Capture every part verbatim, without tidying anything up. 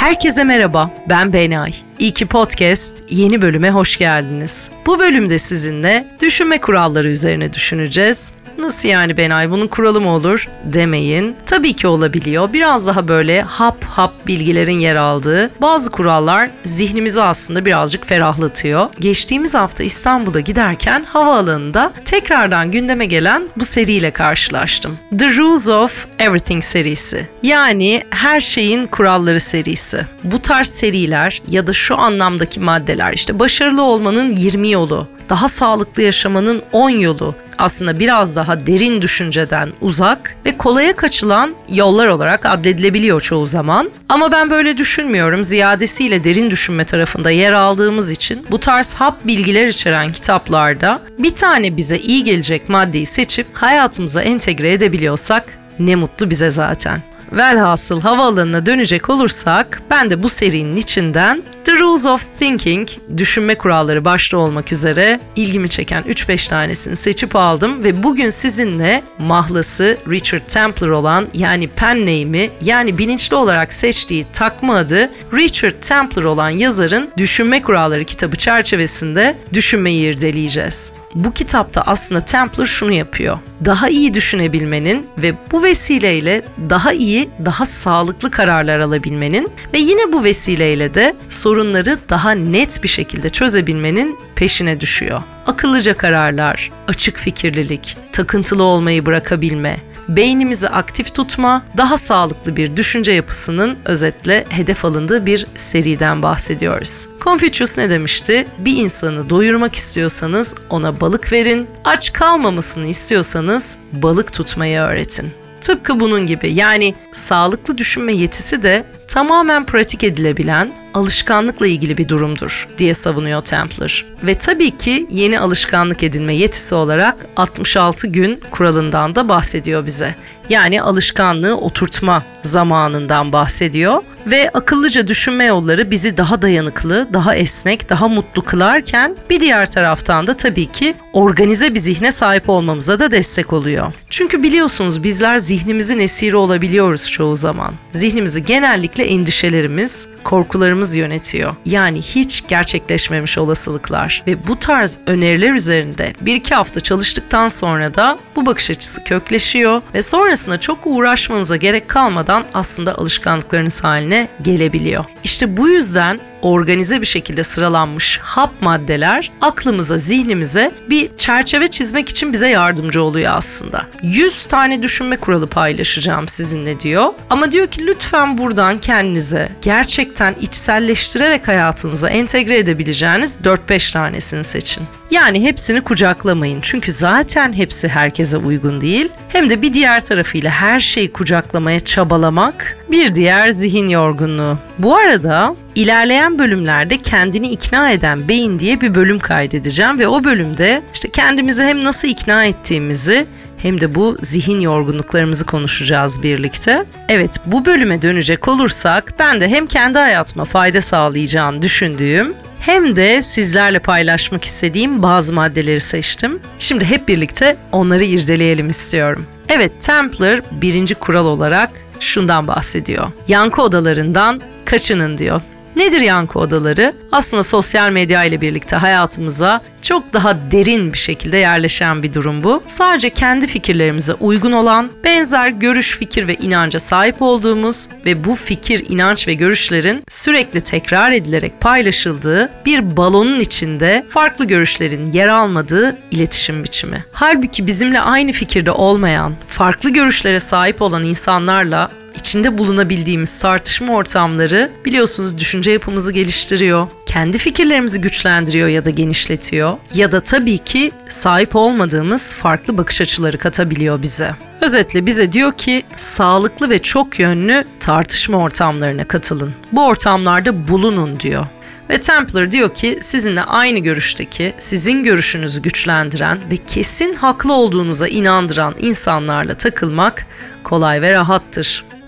Herkese merhaba, ben Benay. İyi ki Podcast yeni bölüme hoş geldiniz. Bu bölümde sizinle düşünme kuralları üzerine düşüneceğiz. Nasıl yani Benay, bunun kuralı mı olur demeyin. Tabii ki olabiliyor. Biraz daha böyle hap hap bilgilerin yer aldığı bazı kurallar zihnimizi aslında birazcık ferahlatıyor. Geçtiğimiz hafta İstanbul'a giderken havaalanında tekrardan gündeme gelen bu seriyle karşılaştım. The Rules of Everything serisi. Yani her şeyin kuralları serisi. Bu tarz seriler ya da şu anlamdaki maddeler, işte başarılı olmanın yirmi yolu, daha sağlıklı yaşamanın on yolu, aslında biraz daha derin düşünceden uzak ve kolaya kaçılan yollar olarak addedilebiliyor çoğu zaman. Ama ben böyle düşünmüyorum. Ziyadesiyle derin düşünme tarafında yer aldığımız için bu tarz hap bilgiler içeren kitaplarda bir tane bize iyi gelecek maddeyi seçip hayatımıza entegre edebiliyorsak ne mutlu bize zaten. Velhasıl havaalanına dönecek olursak ben de bu serinin içinden The Rules of Thinking, düşünme kuralları başta olmak üzere ilgimi çeken üç beş tanesini seçip aldım ve bugün sizinle mahlası Richard Templer olan, yani pen name'i, yani bilinçli olarak seçtiği takma adı Richard Templer olan yazarın Düşünme Kuralları kitabı çerçevesinde düşünmeyi irdeleyeceğiz. Bu kitapta aslında Templer şunu yapıyor. Daha iyi düşünebilmenin ve bu vesileyle daha iyi, daha sağlıklı kararlar alabilmenin ve yine bu vesileyle de sorunları daha net bir şekilde çözebilmenin peşine düşüyor. Akıllıca kararlar, açık fikirlilik, takıntılı olmayı bırakabilme, beynimizi aktif tutma, daha sağlıklı bir düşünce yapısının özetle hedef alındığı bir seriden bahsediyoruz. Confucius ne demişti? Bir insanı doyurmak istiyorsanız ona balık verin, aç kalmamasını istiyorsanız balık tutmayı öğretin. Tıpkı bunun gibi, yani sağlıklı düşünme yetisi de tamamen pratik edilebilen, alışkanlıkla ilgili bir durumdur diye savunuyor Templer. Ve tabii ki yeni alışkanlık edinme yetisi olarak altmış altı gün kuralından da bahsediyor bize. Yani alışkanlığı oturtma zamanından bahsediyor ve akıllıca düşünme yolları bizi daha dayanıklı, daha esnek, daha mutlu kılarken bir diğer taraftan da tabii ki organize bir zihne sahip olmamıza da destek oluyor. Çünkü biliyorsunuz bizler zihnimizin esiri olabiliyoruz çoğu zaman. Zihnimizi genellikle endişelerimiz, korkularımız yönetiyor. Yani hiç gerçekleşmemiş olasılıklar. Ve bu tarz öneriler üzerinde bir iki hafta çalıştıktan sonra da bu bakış açısı kökleşiyor ve sonrasında çok uğraşmanıza gerek kalmadan aslında alışkanlıklarınız haline gelebiliyor. İşte bu yüzden organize bir şekilde sıralanmış hap maddeler aklımıza, zihnimize bir çerçeve çizmek için bize yardımcı oluyor aslında. yüz tane düşünme kuralı paylaşacağım sizinle diyor. Ama diyor ki lütfen buradan kendinize gerçekten içselleştirerek hayatınıza entegre edebileceğiniz dört beş tanesini seçin. Yani hepsini kucaklamayın. Çünkü zaten hepsi herkese uygun değil. Hem de bir diğer tarafıyla her şeyi kucaklamaya çabalamak bir diğer zihin yorgunluğu. Bu arada İlerleyen bölümlerde kendini ikna eden beyin diye bir bölüm kaydedeceğim ve o bölümde işte kendimizi hem nasıl ikna ettiğimizi hem de bu zihin yorgunluklarımızı konuşacağız birlikte. Evet, bu bölüme dönecek olursak ben de hem kendi hayatıma fayda sağlayacağını düşündüğüm hem de sizlerle paylaşmak istediğim bazı maddeleri seçtim. Şimdi hep birlikte onları irdeleyelim istiyorum. Evet, Templer birinci kural olarak şundan bahsediyor. Yankı odalarından kaçının diyor. Nedir yankı odaları? Aslında sosyal medya ile birlikte hayatımıza çok daha derin bir şekilde yerleşen bir durum bu. Sadece kendi fikirlerimize uygun olan, benzer görüş, fikir ve inanca sahip olduğumuz ve bu fikir, inanç ve görüşlerin sürekli tekrar edilerek paylaşıldığı bir balonun içinde farklı görüşlerin yer almadığı iletişim biçimi. Halbuki bizimle aynı fikirde olmayan, farklı görüşlere sahip olan insanlarla İçinde bulunabildiğimiz tartışma ortamları biliyorsunuz düşünce yapımızı geliştiriyor, kendi fikirlerimizi güçlendiriyor ya da genişletiyor ya da tabii ki sahip olmadığımız farklı bakış açıları katabiliyor bize. Özetle bize diyor ki sağlıklı ve çok yönlü tartışma ortamlarına katılın. Bu ortamlarda bulunun diyor. Ve Templer diyor ki sizinle aynı görüşteki, sizin görüşünüzü güçlendiren ve kesin haklı olduğunuza inandıran insanlarla takılmak kolay ve rahattır.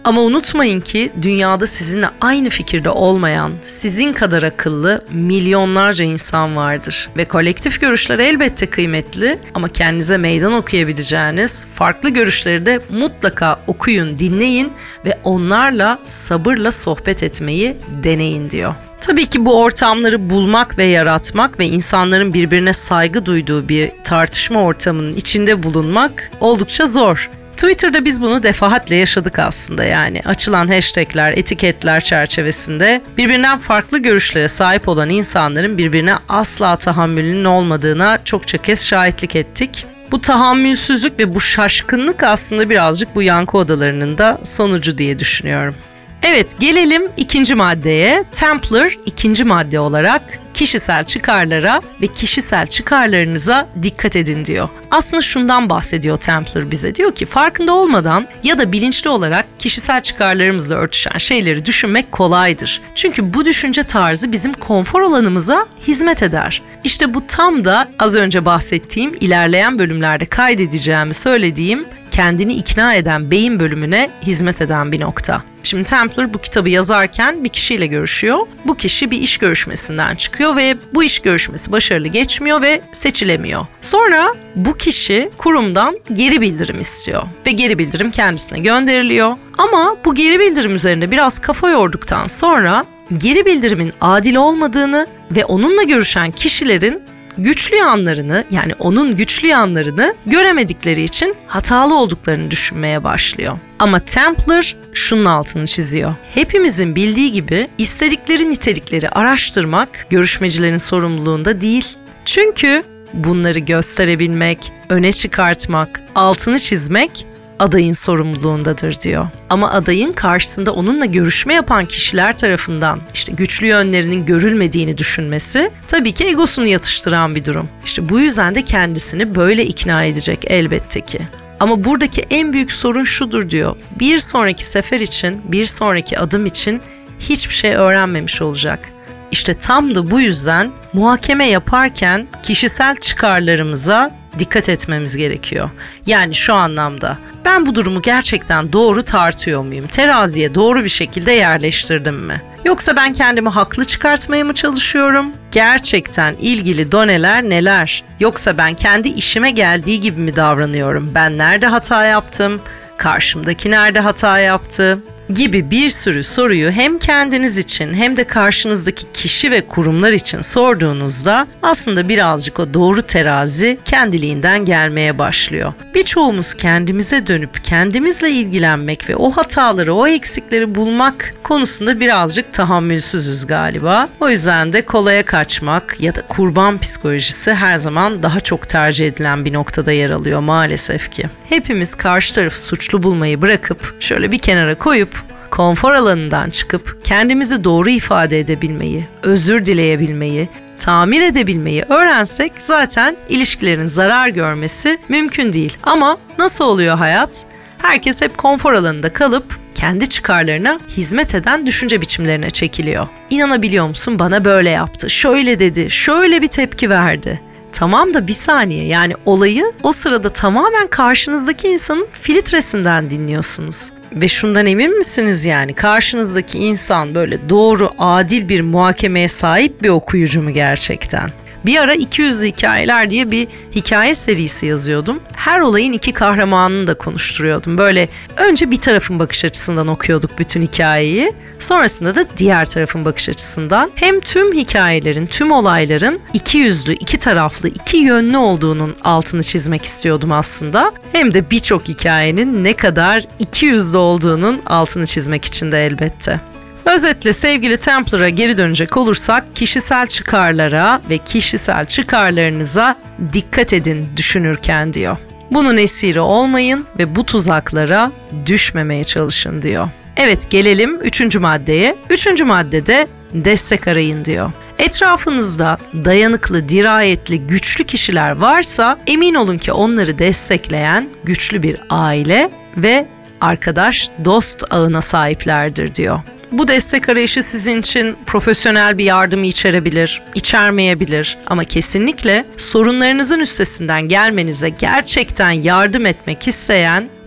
Ama unutmayın ki dünyada sizinle aynı fikirde olmayan, sizin kadar akıllı milyonlarca insan vardır. Ve kolektif görüşler elbette kıymetli ama kendinize meydan okuyabileceğiniz farklı görüşleri de mutlaka okuyun, dinleyin ve onlarla sabırla sohbet etmeyi deneyin diyor. Tabii ki bu ortamları bulmak ve yaratmak ve insanların birbirine saygı duyduğu bir tartışma ortamının içinde bulunmak oldukça zor. Twitter'da biz bunu defaatle yaşadık aslında yani. Açılan hashtagler, etiketler çerçevesinde birbirinden farklı görüşlere sahip olan insanların birbirine asla tahammülünün olmadığına çokça kez şahitlik ettik. Bu tahammülsüzlük ve bu şaşkınlık aslında birazcık bu yankı odalarının da sonucu diye düşünüyorum. Evet, gelelim ikinci maddeye. Templar ikinci madde olarak kişisel çıkarlara ve kişisel çıkarlarınıza dikkat edin diyor. Aslında şundan bahsediyor Templar bize. Diyor ki farkında olmadan ya da bilinçli olarak kişisel çıkarlarımızla örtüşen şeyleri düşünmek kolaydır. Çünkü bu düşünce tarzı bizim konfor alanımıza hizmet eder. İşte bu tam da az önce bahsettiğim, ilerleyen bölümlerde kaydedeceğimi söylediğim kendini ikna eden beyin bölümüne hizmet eden bir nokta. Şimdi Templar bu kitabı yazarken bir kişiyle görüşüyor. Bu kişi bir iş görüşmesinden çıkıyor ve bu iş görüşmesi başarılı geçmiyor ve seçilemiyor. Sonra bu kişi kurumdan geri bildirim istiyor ve geri bildirim kendisine gönderiliyor. Ama bu geri bildirim üzerinde biraz kafa yorduktan sonra geri bildirimin adil olmadığını ve onunla görüşen kişilerin güçlü yanlarını, yani onun güçlü yanlarını göremedikleri için hatalı olduklarını düşünmeye başlıyor. Ama Templar şunun altını çiziyor. Hepimizin bildiği gibi istedikleri nitelikleri araştırmak görüşmecilerin sorumluluğunda değil. Çünkü bunları gösterebilmek, öne çıkartmak, altını çizmek adayın sorumluluğundadır diyor. Ama adayın karşısında onunla görüşme yapan kişiler tarafından işte güçlü yönlerinin görülmediğini düşünmesi tabii ki egosunu yatıştıran bir durum. İşte bu yüzden de kendisini böyle ikna edecek elbette ki. Ama buradaki en büyük sorun şudur diyor. Bir sonraki sefer için, bir sonraki adım için hiçbir şey öğrenmemiş olacak. İşte tam da bu yüzden muhakeme yaparken kişisel çıkarlarımıza dikkat etmemiz gerekiyor. Yani şu anlamda ben bu durumu gerçekten doğru tartıyor muyum? Teraziye doğru bir şekilde yerleştirdim mi? Yoksa ben kendimi haklı çıkartmaya mı çalışıyorum? Gerçekten ilgili doneler neler? Yoksa ben kendi işime geldiği gibi mi davranıyorum? Ben nerede hata yaptım? Karşımdaki nerede hata yaptı? Gibi bir sürü soruyu hem kendiniz için hem de karşınızdaki kişi ve kurumlar için sorduğunuzda aslında birazcık o doğru terazi kendiliğinden gelmeye başlıyor. Birçoğumuz kendimize dönüp kendimizle ilgilenmek ve o hataları, o eksikleri bulmak konusunda birazcık tahammülsüzüz galiba. O yüzden de kolaya kaçmak ya da kurban psikolojisi her zaman daha çok tercih edilen bir noktada yer alıyor maalesef ki. Hepimiz karşı tarafı suçlu bulmayı bırakıp şöyle bir kenara koyup konfor alanından çıkıp kendimizi doğru ifade edebilmeyi, özür dileyebilmeyi, tamir edebilmeyi öğrensek zaten ilişkilerin zarar görmesi mümkün değil. Ama nasıl oluyor hayat? Herkes hep konfor alanında kalıp kendi çıkarlarına hizmet eden düşünce biçimlerine çekiliyor. İnanabiliyor musun, bana böyle yaptı, şöyle dedi, şöyle bir tepki verdi. Tamam da bir saniye, yani olayı o sırada tamamen karşınızdaki insanın filtresinden dinliyorsunuz. Ve şundan emin misiniz, yani karşınızdaki insan böyle doğru, adil bir muhakemeye sahip bir okuyucu mu gerçekten? Bir ara iki yüzlü hikayeler diye bir hikaye serisi yazıyordum. Her olayın iki kahramanını da konuşturuyordum. Böyle önce bir tarafın bakış açısından okuyorduk bütün hikayeyi. Sonrasında da diğer tarafın bakış açısından hem tüm hikayelerin, tüm olayların iki yüzlü, iki taraflı, iki yönlü olduğunun altını çizmek istiyordum aslında. Hem de birçok hikayenin ne kadar iki yüzlü olduğunun altını çizmek için de elbette. Özetle sevgili Templar'a geri dönecek olursak kişisel çıkarlara ve kişisel çıkarlarınıza dikkat edin düşünürken diyor. Bunun esiri olmayın ve bu tuzaklara düşmemeye çalışın diyor. Evet, gelelim üçüncü maddeye. Üçüncü maddede destek arayın diyor. Etrafınızda dayanıklı, dirayetli, güçlü kişiler varsa emin olun ki onları destekleyen güçlü bir aile ve arkadaş, dost ağına sahiplerdir diyor. Bu destek arayışı sizin için profesyonel bir yardımı içerebilir, içermeyebilir ama kesinlikle sorunlarınızın üstesinden gelmenize gerçekten yardım etmek isteyen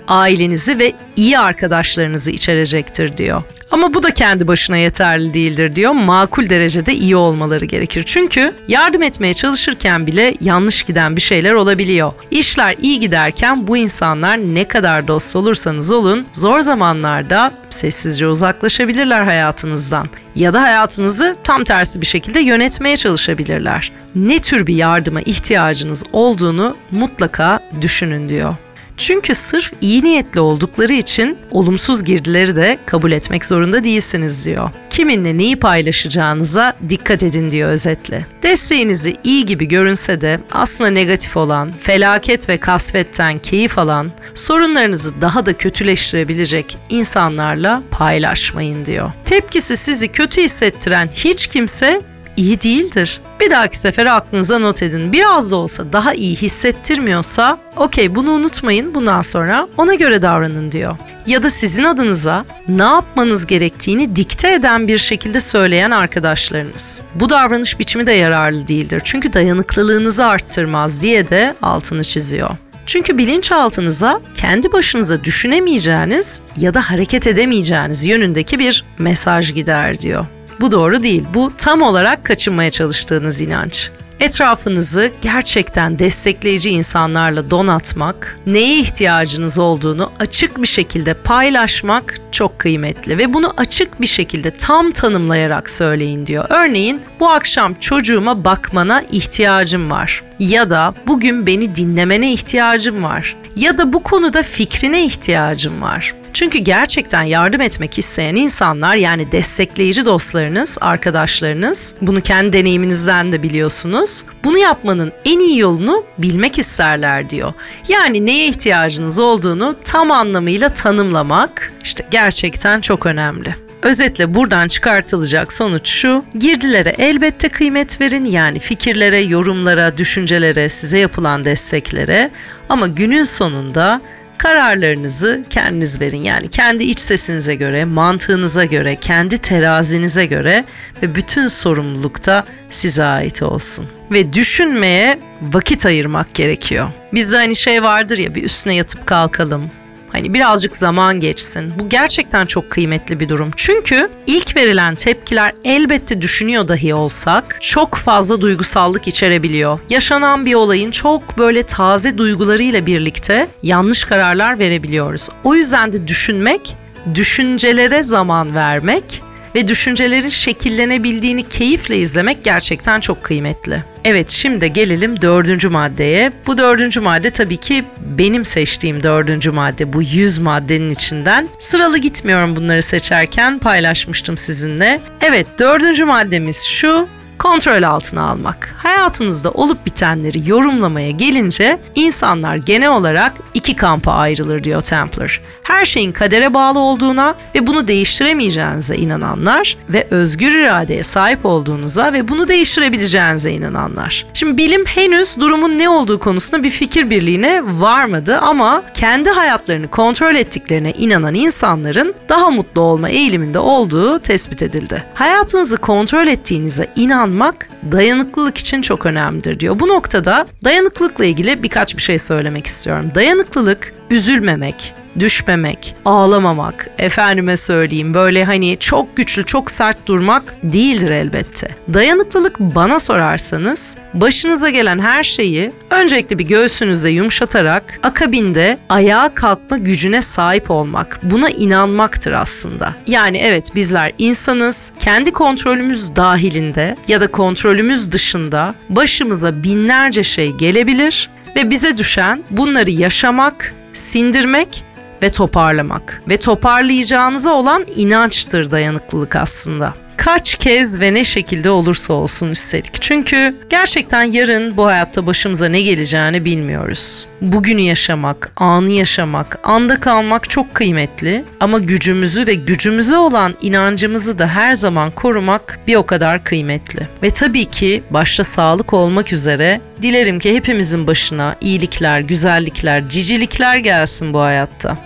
ailenizi ve iyi arkadaşlarınızı içerecektir diyor. Ama bu da kendi başına yeterli değildir diyor. Makul derecede iyi olmaları gerekir. Çünkü yardım etmeye çalışırken bile yanlış giden bir şeyler olabiliyor. İşler iyi giderken bu insanlar ne kadar dost olursanız olun zor zamanlarda sessizce uzaklaşabilirler hayatınızdan. Ya da hayatınızı tam tersi bir şekilde yönetmeye çalışabilirler. Ne tür bir yardıma ihtiyacınız olduğunu mutlaka düşünün diyor. Çünkü sırf iyi niyetli oldukları için olumsuz girdileri de kabul etmek zorunda değilsiniz diyor. Kiminle neyi paylaşacağınıza dikkat edin diyor özetle. Desteğinizi iyi gibi görünse de aslında negatif olan, felaket ve kasvetten keyif alan, sorunlarınızı daha da kötüleştirebilecek insanlarla paylaşmayın diyor. Tepkisi sizi kötü hissettiren hiç kimse iyi değildir. Bir dahaki sefere aklınıza not edin. Biraz da olsa daha iyi hissettirmiyorsa okey bunu unutmayın, bundan sonra ona göre davranın diyor. Ya da sizin adınıza ne yapmanız gerektiğini dikte eden bir şekilde söyleyen arkadaşlarınız. Bu davranış biçimi de yararlı değildir. Çünkü dayanıklılığınızı arttırmaz diye de altını çiziyor. Çünkü bilinçaltınıza kendi başınıza düşünemeyeceğiniz ya da hareket edemeyeceğiniz yönündeki bir mesaj gider diyor. Bu doğru değil. Bu tam olarak kaçınmaya çalıştığınız inanç. Etrafınızı gerçekten destekleyici insanlarla donatmak, neye ihtiyacınız olduğunu açık bir şekilde paylaşmak çok kıymetli ve bunu açık bir şekilde tam tanımlayarak söyleyin diyor. Örneğin bu akşam çocuğuma bakmana ihtiyacım var ya da bugün beni dinlemene ihtiyacım var ya da bu konuda fikrine ihtiyacım var. Çünkü gerçekten yardım etmek isteyen insanlar, yani destekleyici dostlarınız, arkadaşlarınız, bunu kendi deneyiminizden de biliyorsunuz, bunu yapmanın en iyi yolunu bilmek isterler diyor. Yani neye ihtiyacınız olduğunu tam anlamıyla tanımlamak işte gerçekten çok önemli. Özetle buradan çıkartılacak sonuç şu: girdilere elbette kıymet verin, yani fikirlere, yorumlara, düşüncelere, size yapılan desteklere, ama günün sonunda kararlarınızı kendiniz verin. Yani kendi iç sesinize göre, mantığınıza göre, kendi terazinize göre ve bütün sorumluluk da size ait olsun. Ve düşünmeye vakit ayırmak gerekiyor. Bizde hani şey vardır ya, bir üstüne yatıp kalkalım. Hani birazcık zaman geçsin. Bu gerçekten çok kıymetli bir durum. Çünkü ilk verilen tepkiler elbette düşünüyor dahi olsak çok fazla duygusallık içerebiliyor. Yaşanan bir olayın çok böyle taze duygularıyla birlikte yanlış kararlar verebiliyoruz. O yüzden de düşünmek, düşüncelere zaman vermek ve düşüncelerin şekillenebildiğini keyifle izlemek gerçekten çok kıymetli. Evet, şimdi gelelim dördüncü maddeye. Bu dördüncü madde tabii ki benim seçtiğim dördüncü madde. Bu yüz maddenin içinden. Sıralı gitmiyorum bunları seçerken, paylaşmıştım sizinle. Evet, dördüncü maddemiz şu: kontrol altına almak. Hayatınızda olup bitenleri yorumlamaya gelince insanlar genel olarak iki kampa ayrılır diyor Templer. Her şeyin kadere bağlı olduğuna ve bunu değiştiremeyeceğinize inananlar ve özgür iradeye sahip olduğunuza ve bunu değiştirebileceğinize inananlar. Şimdi bilim henüz durumun ne olduğu konusunda bir fikir birliğine varmadı ama kendi hayatlarını kontrol ettiklerine inanan insanların daha mutlu olma eğiliminde olduğu tespit edildi. Hayatınızı kontrol ettiğinize inan dayanıklılık için çok önemlidir diyor. Bu noktada dayanıklılıkla ilgili birkaç bir şey söylemek istiyorum. Dayanıklılık, üzülmemek, düşmemek, ağlamamak, efendime söyleyeyim böyle hani çok güçlü, çok sert durmak değildir elbette. Dayanıklılık, bana sorarsanız, başınıza gelen her şeyi öncelikle bir göğsünüzde yumuşatarak akabinde ayağa kalkma gücüne sahip olmak, buna inanmaktır aslında. Yani evet, bizler insanız, kendi kontrolümüz dahilinde ya da kontrolümüz dışında başımıza binlerce şey gelebilir ve bize düşen bunları yaşamak, sindirmek ve toparlamak. Ve toparlayacağınıza olan inançtır dayanıklılık aslında. Kaç kez ve ne şekilde olursa olsun üstelik. Çünkü gerçekten yarın bu hayatta başımıza ne geleceğini bilmiyoruz. Bugünü yaşamak, anı yaşamak, anda kalmak çok kıymetli. Ama gücümüzü ve gücümüze olan inancımızı da her zaman korumak bir o kadar kıymetli. Ve tabii ki başta sağlık olmak üzere dilerim ki hepimizin başına iyilikler, güzellikler, cicilikler gelsin bu hayatta.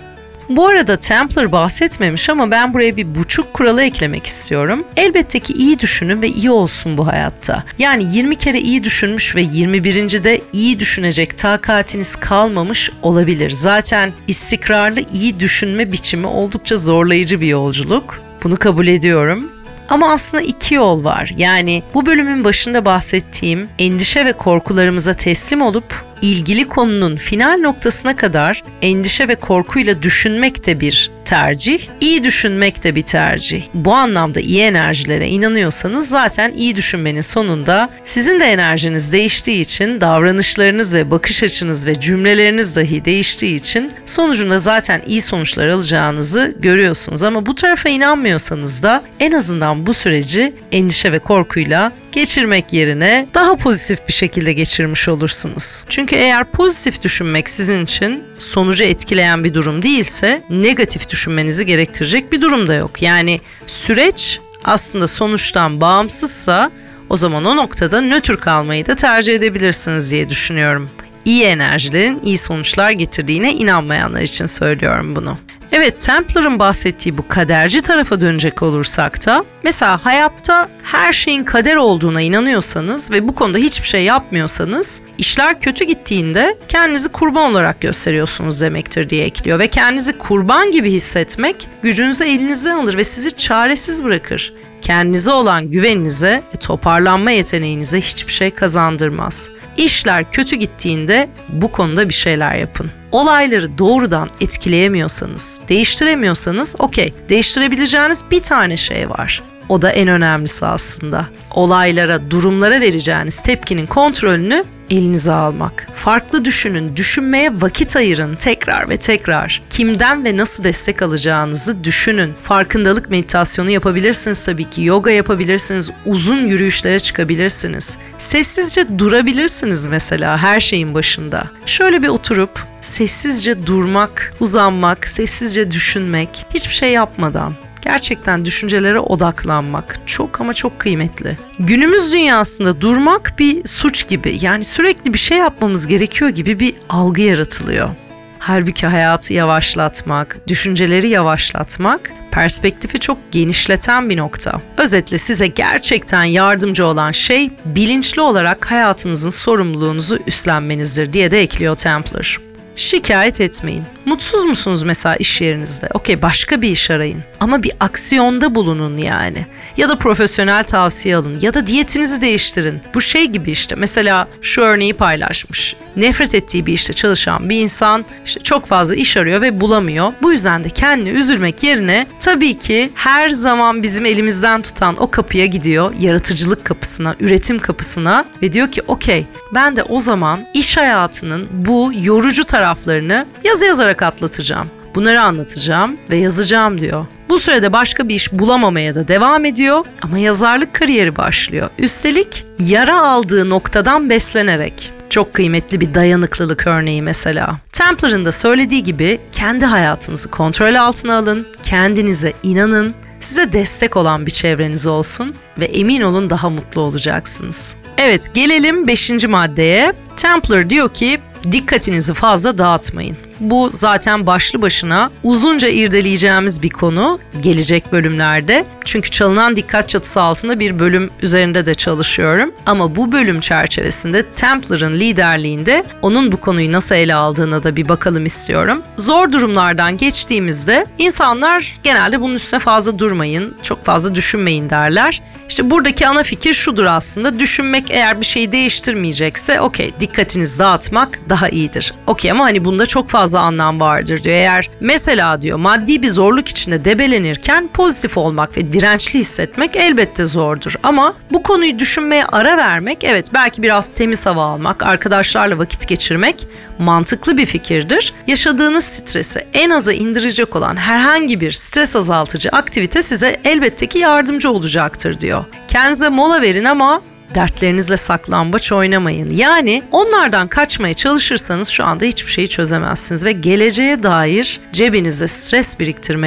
Bu arada Templar bahsetmemiş ama ben buraya bir buçuk kuralı eklemek istiyorum. Elbette ki iyi düşünün ve iyi olsun bu hayatta. Yani yirmi kere iyi düşünmüş ve yirmi birincide iyi düşünecek takatiniz kalmamış olabilir. Zaten istikrarlı iyi düşünme biçimi oldukça zorlayıcı bir yolculuk. Bunu kabul ediyorum. Ama aslında iki yol var. Yani bu bölümün başında bahsettiğim endişe ve korkularımıza teslim olup ilgili konunun final noktasına kadar endişe ve korkuyla düşünmek de bir tercih, iyi düşünmek de bir tercih. Bu anlamda iyi enerjilere inanıyorsanız zaten iyi düşünmenin sonunda sizin de enerjiniz değiştiği için, davranışlarınız ve bakış açınız ve cümleleriniz dahi değiştiği için sonucunda zaten iyi sonuçlar alacağınızı görüyorsunuz. Ama bu tarafa inanmıyorsanız da en azından bu süreci endişe ve korkuyla geçirmek yerine daha pozitif bir şekilde geçirmiş olursunuz. Çünkü eğer pozitif düşünmek sizin için sonucu etkileyen bir durum değilse negatif düşünmenizi gerektirecek bir durum da yok. Yani süreç aslında sonuçtan bağımsızsa o zaman o noktada nötr kalmayı da tercih edebilirsiniz diye düşünüyorum. İyi enerjilerin iyi sonuçlar getirdiğine inanmayanlar için söylüyorum bunu. Evet, Templar'ın bahsettiği bu kaderci tarafa dönecek olursak da mesela hayatta her şeyin kader olduğuna inanıyorsanız ve bu konuda hiçbir şey yapmıyorsanız işler kötü gittiğinde kendinizi kurban olarak gösteriyorsunuz demektir diye ekliyor ve kendinizi kurban gibi hissetmek gücünüzü elinizden alır ve sizi çaresiz bırakır. Kendinize olan güveninize ve toparlanma yeteneğinize hiçbir şey kazandırmaz. İşler kötü gittiğinde bu konuda bir şeyler yapın. Olayları doğrudan etkileyemiyorsanız, değiştiremiyorsanız okey, değiştirebileceğiniz bir tane şey var. O da en önemlisi aslında. Olaylara, durumlara vereceğiniz tepkinin kontrolünü elinize almak. Farklı düşünün, düşünmeye vakit ayırın tekrar ve tekrar. Kimden ve nasıl destek alacağınızı düşünün. Farkındalık meditasyonu yapabilirsiniz tabii ki. Yoga yapabilirsiniz, uzun yürüyüşlere çıkabilirsiniz. Sessizce durabilirsiniz mesela her şeyin başında. Şöyle bir oturup sessizce durmak, uzanmak, sessizce düşünmek, hiçbir şey yapmadan. Gerçekten düşüncelere odaklanmak çok ama çok kıymetli. Günümüz dünyasında durmak bir suç gibi, yani sürekli bir şey yapmamız gerekiyor gibi bir algı yaratılıyor. Halbuki hayatı yavaşlatmak, düşünceleri yavaşlatmak, perspektifi çok genişleten bir nokta. Özetle size gerçekten yardımcı olan şey bilinçli olarak hayatınızın sorumluluğunuzu üstlenmenizdir diye de ekliyor Templar. Şikayet etmeyin. Mutsuz musunuz mesela iş yerinizde? Okey, başka bir iş arayın. Ama bir aksiyonda bulunun yani. Ya da profesyonel tavsiye alın. Ya da diyetinizi değiştirin. Bu şey gibi işte. Mesela şu örneği paylaşmış. Nefret ettiği bir işte çalışan bir insan işte çok fazla iş arıyor ve bulamıyor. Bu yüzden de kendini üzülmek yerine tabii ki her zaman bizim elimizden tutan o kapıya gidiyor. Yaratıcılık kapısına, üretim kapısına ve diyor ki okey, ben de o zaman iş hayatının bu yorucu taraflarını yazı yazarak atlatacağım. Bunları anlatacağım ve yazacağım diyor. Bu sürede başka bir iş bulamamaya da devam ediyor ama yazarlık kariyeri başlıyor. Üstelik yara aldığı noktadan beslenerek. Çok kıymetli bir dayanıklılık örneği mesela. Templar'ın da söylediği gibi kendi hayatınızı kontrol altına alın, kendinize inanın, size destek olan bir çevreniz olsun ve emin olun daha mutlu olacaksınız. Evet, gelelim beşinci maddeye. Templar diyor ki dikkatinizi fazla dağıtmayın. Bu zaten başlı başına uzunca irdeleyeceğimiz bir konu gelecek bölümlerde. Çünkü çalınan dikkat çatısı altında bir bölüm üzerinde de çalışıyorum. Ama bu bölüm çerçevesinde Templar'ın liderliğinde onun bu konuyu nasıl ele aldığına da bir bakalım istiyorum. Zor durumlardan geçtiğimizde insanlar genelde bunun üstüne fazla durmayın, çok fazla düşünmeyin derler. İşte buradaki ana fikir şudur aslında. Düşünmek eğer bir şeyi değiştirmeyecekse okey, dikkatinizi dağıtmak daha iyidir. Okey ama hani bunda çok fazla anlam vardır diyor. Eğer mesela diyor maddi bir zorluk içinde debelenirken pozitif olmak ve dirençli hissetmek elbette zordur. Ama bu konuyu düşünmeye ara vermek, evet belki biraz temiz hava almak, arkadaşlarla vakit geçirmek mantıklı bir fikirdir. Yaşadığınız stresi en aza indirecek olan herhangi bir stres azaltıcı aktivite size elbette ki yardımcı olacaktır diyor. Kendinize mola verin ama dertlerinizle saklambaç oynamayın. Yani onlardan kaçmaya çalışırsanız şu anda hiçbir şeyi çözemezsiniz ve geleceğe dair cebinizde stres biriktirmeye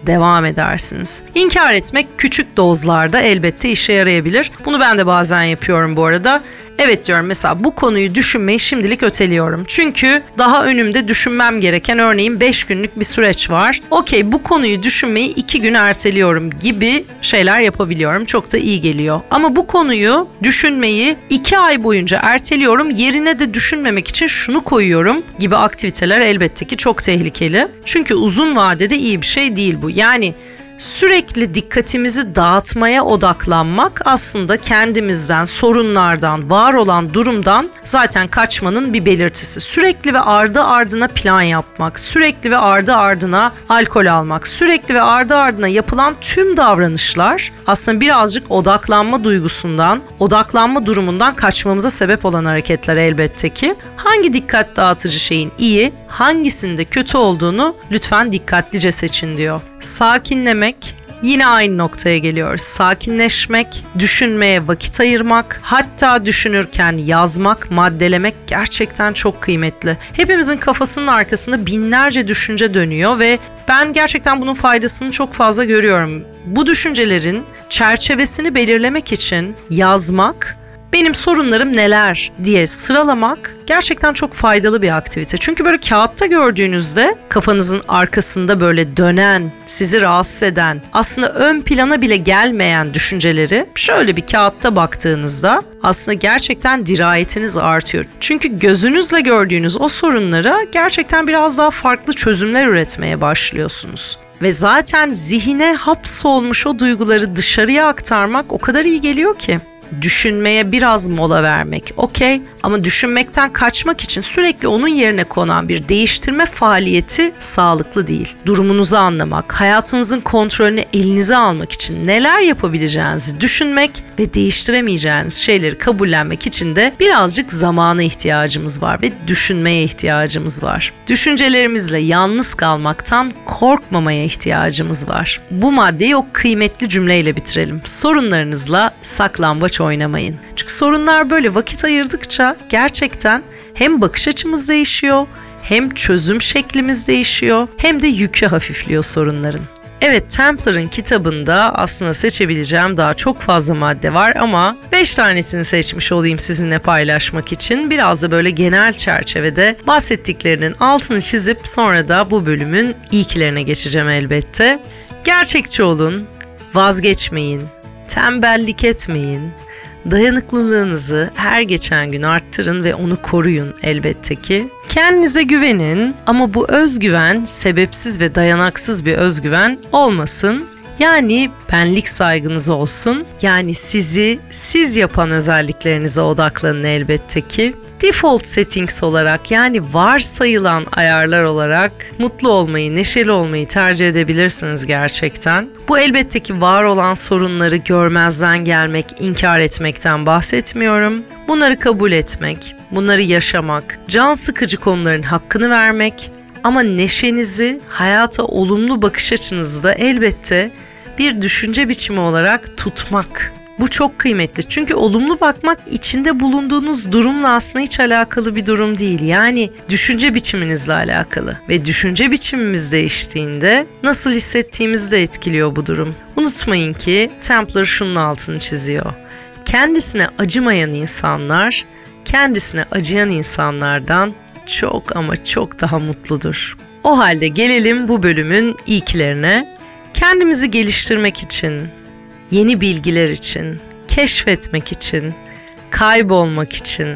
devam edersiniz. İnkar etmek küçük dozlarda elbette işe yarayabilir. Bunu ben de bazen yapıyorum bu arada. Evet diyorum, mesela bu konuyu düşünmeyi şimdilik öteliyorum. Çünkü daha önümde düşünmem gereken örneğin beş günlük bir süreç var. Okey, bu konuyu düşünmeyi iki gün erteliyorum gibi şeyler yapabiliyorum. Çok da iyi geliyor. Ama bu konuyu düşünmeyi iki ay boyunca erteliyorum. Yerine de düşünmemek için şunu koyuyorum gibi aktiviteler elbette ki çok tehlikeli. Çünkü uzun vadede iyi bir şey değil bu. Yani sürekli dikkatimizi dağıtmaya odaklanmak aslında kendimizden, sorunlardan, var olan durumdan zaten kaçmanın bir belirtisi. Sürekli ve ardı ardına plan yapmak, sürekli ve ardı ardına alkol almak, sürekli ve ardı ardına yapılan tüm davranışlar aslında birazcık odaklanma duygusundan, odaklanma durumundan kaçmamıza sebep olan hareketler elbette ki. Hangi dikkat dağıtıcı şeyin iyi, hangisinde kötü olduğunu lütfen dikkatlice seçin diyor. Sakinlemek, yine aynı noktaya geliyoruz. Sakinleşmek, düşünmeye vakit ayırmak, hatta düşünürken yazmak, maddelemek gerçekten çok kıymetli. Hepimizin kafasının arkasında binlerce düşünce dönüyor ve ben gerçekten bunun faydasını çok fazla görüyorum. Bu düşüncelerin çerçevesini belirlemek için yazmak, benim sorunlarım neler diye sıralamak gerçekten çok faydalı bir aktivite. Çünkü böyle kağıtta gördüğünüzde kafanızın arkasında böyle dönen, sizi rahatsız eden, aslında ön plana bile gelmeyen düşünceleri şöyle bir kağıtta baktığınızda aslında gerçekten dirayetiniz artıyor. Çünkü gözünüzle gördüğünüz o sorunlara gerçekten biraz daha farklı çözümler üretmeye başlıyorsunuz. Ve zaten zihine hapsolmuş o duyguları dışarıya aktarmak o kadar iyi geliyor ki. Düşünmeye biraz mola vermek okey, ama düşünmekten kaçmak için sürekli onun yerine konan bir değiştirme faaliyeti sağlıklı değil. Durumunuzu anlamak, hayatınızın kontrolünü elinize almak için neler yapabileceğinizi düşünmek ve değiştiremeyeceğiniz şeyleri kabullenmek için de birazcık zamana ihtiyacımız var ve düşünmeye ihtiyacımız var. Düşüncelerimizle yalnız kalmaktan korkmamaya ihtiyacımız var. Bu maddeyi o kıymetli cümleyle bitirelim. Sorunlarınızla saklambaç oynamayın. Çünkü sorunlar böyle vakit ayırdıkça gerçekten hem bakış açımız değişiyor, hem çözüm şeklimiz değişiyor, hem de yükü hafifliyor sorunların. Evet, Templar'ın kitabında aslında seçebileceğim daha çok fazla madde var ama beş tanesini seçmiş olayım sizinle paylaşmak için. Biraz da böyle genel çerçevede bahsettiklerinin altını çizip sonra da bu bölümün ilklerine geçeceğim elbette. Gerçekçi olun, vazgeçmeyin, tembellik etmeyin, dayanıklılığınızı her geçen gün arttırın ve onu koruyun elbette ki. Kendinize güvenin ama bu özgüven sebepsiz ve dayanaksız bir özgüven olmasın. Yani benlik saygınız olsun. Yani sizi siz yapan özelliklerinize odaklanın elbette ki. Default settings olarak, yani varsayılan ayarlar olarak mutlu olmayı, neşeli olmayı tercih edebilirsiniz gerçekten. Bu elbette ki var olan sorunları görmezden gelmek, inkar etmekten bahsetmiyorum. Bunları kabul etmek, bunları yaşamak, can sıkıcı konuların hakkını vermek, ama neşenizi, hayata olumlu bakış açınızı da elbette bir düşünce biçimi olarak tutmak. Bu çok kıymetli. Çünkü olumlu bakmak içinde bulunduğunuz durumla aslında hiç alakalı bir durum değil. Yani düşünce biçiminizle alakalı. Ve düşünce biçimimiz değiştiğinde nasıl hissettiğimizi de etkiliyor bu durum. Unutmayın ki Templar şunun altını çiziyor. Kendisine acımayan insanlar, kendisine acıyan insanlardan çok ama çok daha mutludur. O halde gelelim bu bölümün ilklerine. Kendimizi geliştirmek için, yeni bilgiler için, keşfetmek için, kaybolmak için,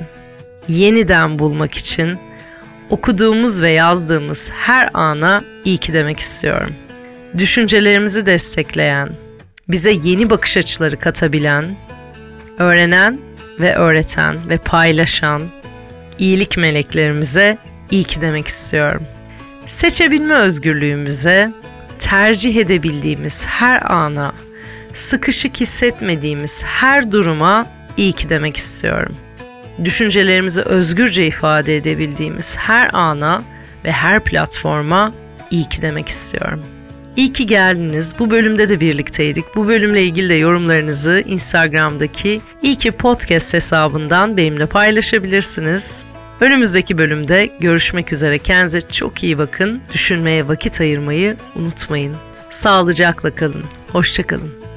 yeniden bulmak için okuduğumuz ve yazdığımız her ana iyi ki demek istiyorum. Düşüncelerimizi destekleyen, bize yeni bakış açıları katabilen, öğrenen ve öğreten ve paylaşan iyilik meleklerimize iyi ki demek istiyorum. Seçebilme özgürlüğümüze, tercih edebildiğimiz her ana, sıkışık hissetmediğimiz her duruma iyi ki demek istiyorum. Düşüncelerimizi özgürce ifade edebildiğimiz her ana ve her platforma iyi ki demek istiyorum. İyi ki geldiniz. Bu bölümde de birlikteydik. Bu bölümle ilgili de yorumlarınızı Instagram'daki İyi ki Podcast hesabından benimle paylaşabilirsiniz. Önümüzdeki bölümde görüşmek üzere. Kendinize çok iyi bakın. Düşünmeye vakit ayırmayı unutmayın. Sağlıcakla kalın. Hoşça kalın.